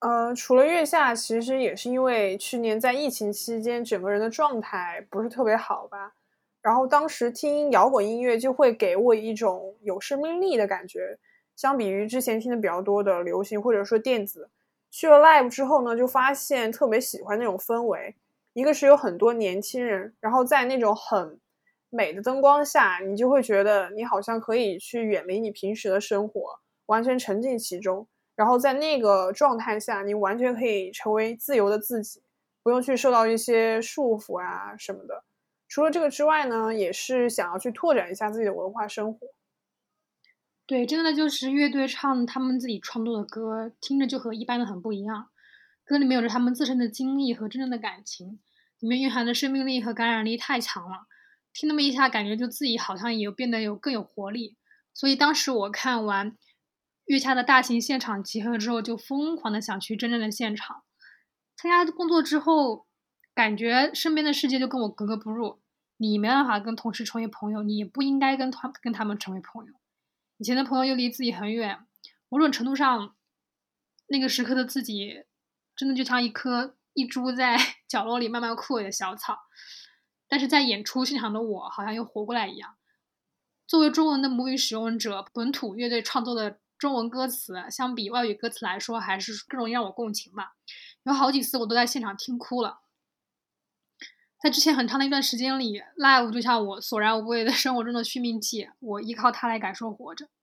除了月下，其实也是因为去年在疫情期间，整个人的状态不是特别好吧。然后当时听摇滚音乐就会给我一种有生命力的感觉，相比于之前听的比较多的流行或者说电子。去了 live 之后呢，就发现特别喜欢那种氛围。一个是有很多年轻人，然后在那种很美的灯光下，你就会觉得你好像可以去远离你平时的生活，完全沉浸其中。然后在那个状态下，你完全可以成为自由的自己，不用去受到一些束缚啊什么的。除了这个之外呢，也是想要去拓展一下自己的文化生活。 对，真的就是乐队唱他们自己创作的歌，听着就和一般的很不一样。歌里面有着他们自身的经历和真正的感情，里面蕴含的生命力和感染力太强了。听那么一下，感觉就自己好像也变得更有活力。所以当时我看完月下的大型现场集合之后，就疯狂的想去真正的现场。参加工作之后，感觉身边的世界就跟我格格不入。你没办法跟同事成为朋友，你也不应该跟他们成为朋友。以前的朋友又离自己很远，某种程度上，那个时刻的自己，真的就像一株在角落里慢慢枯萎的小草，但是在演出现场的我，好像又活过来一样。作为中文的母语使用者，本土乐队创作的中文歌词，相比外语歌词来说，还是更容易让我共情吧。有好几次我都在现场听哭了。在之前很长的一段时间里，live 就像我索然无味的生活中的续命剂，我依靠它来感受活着。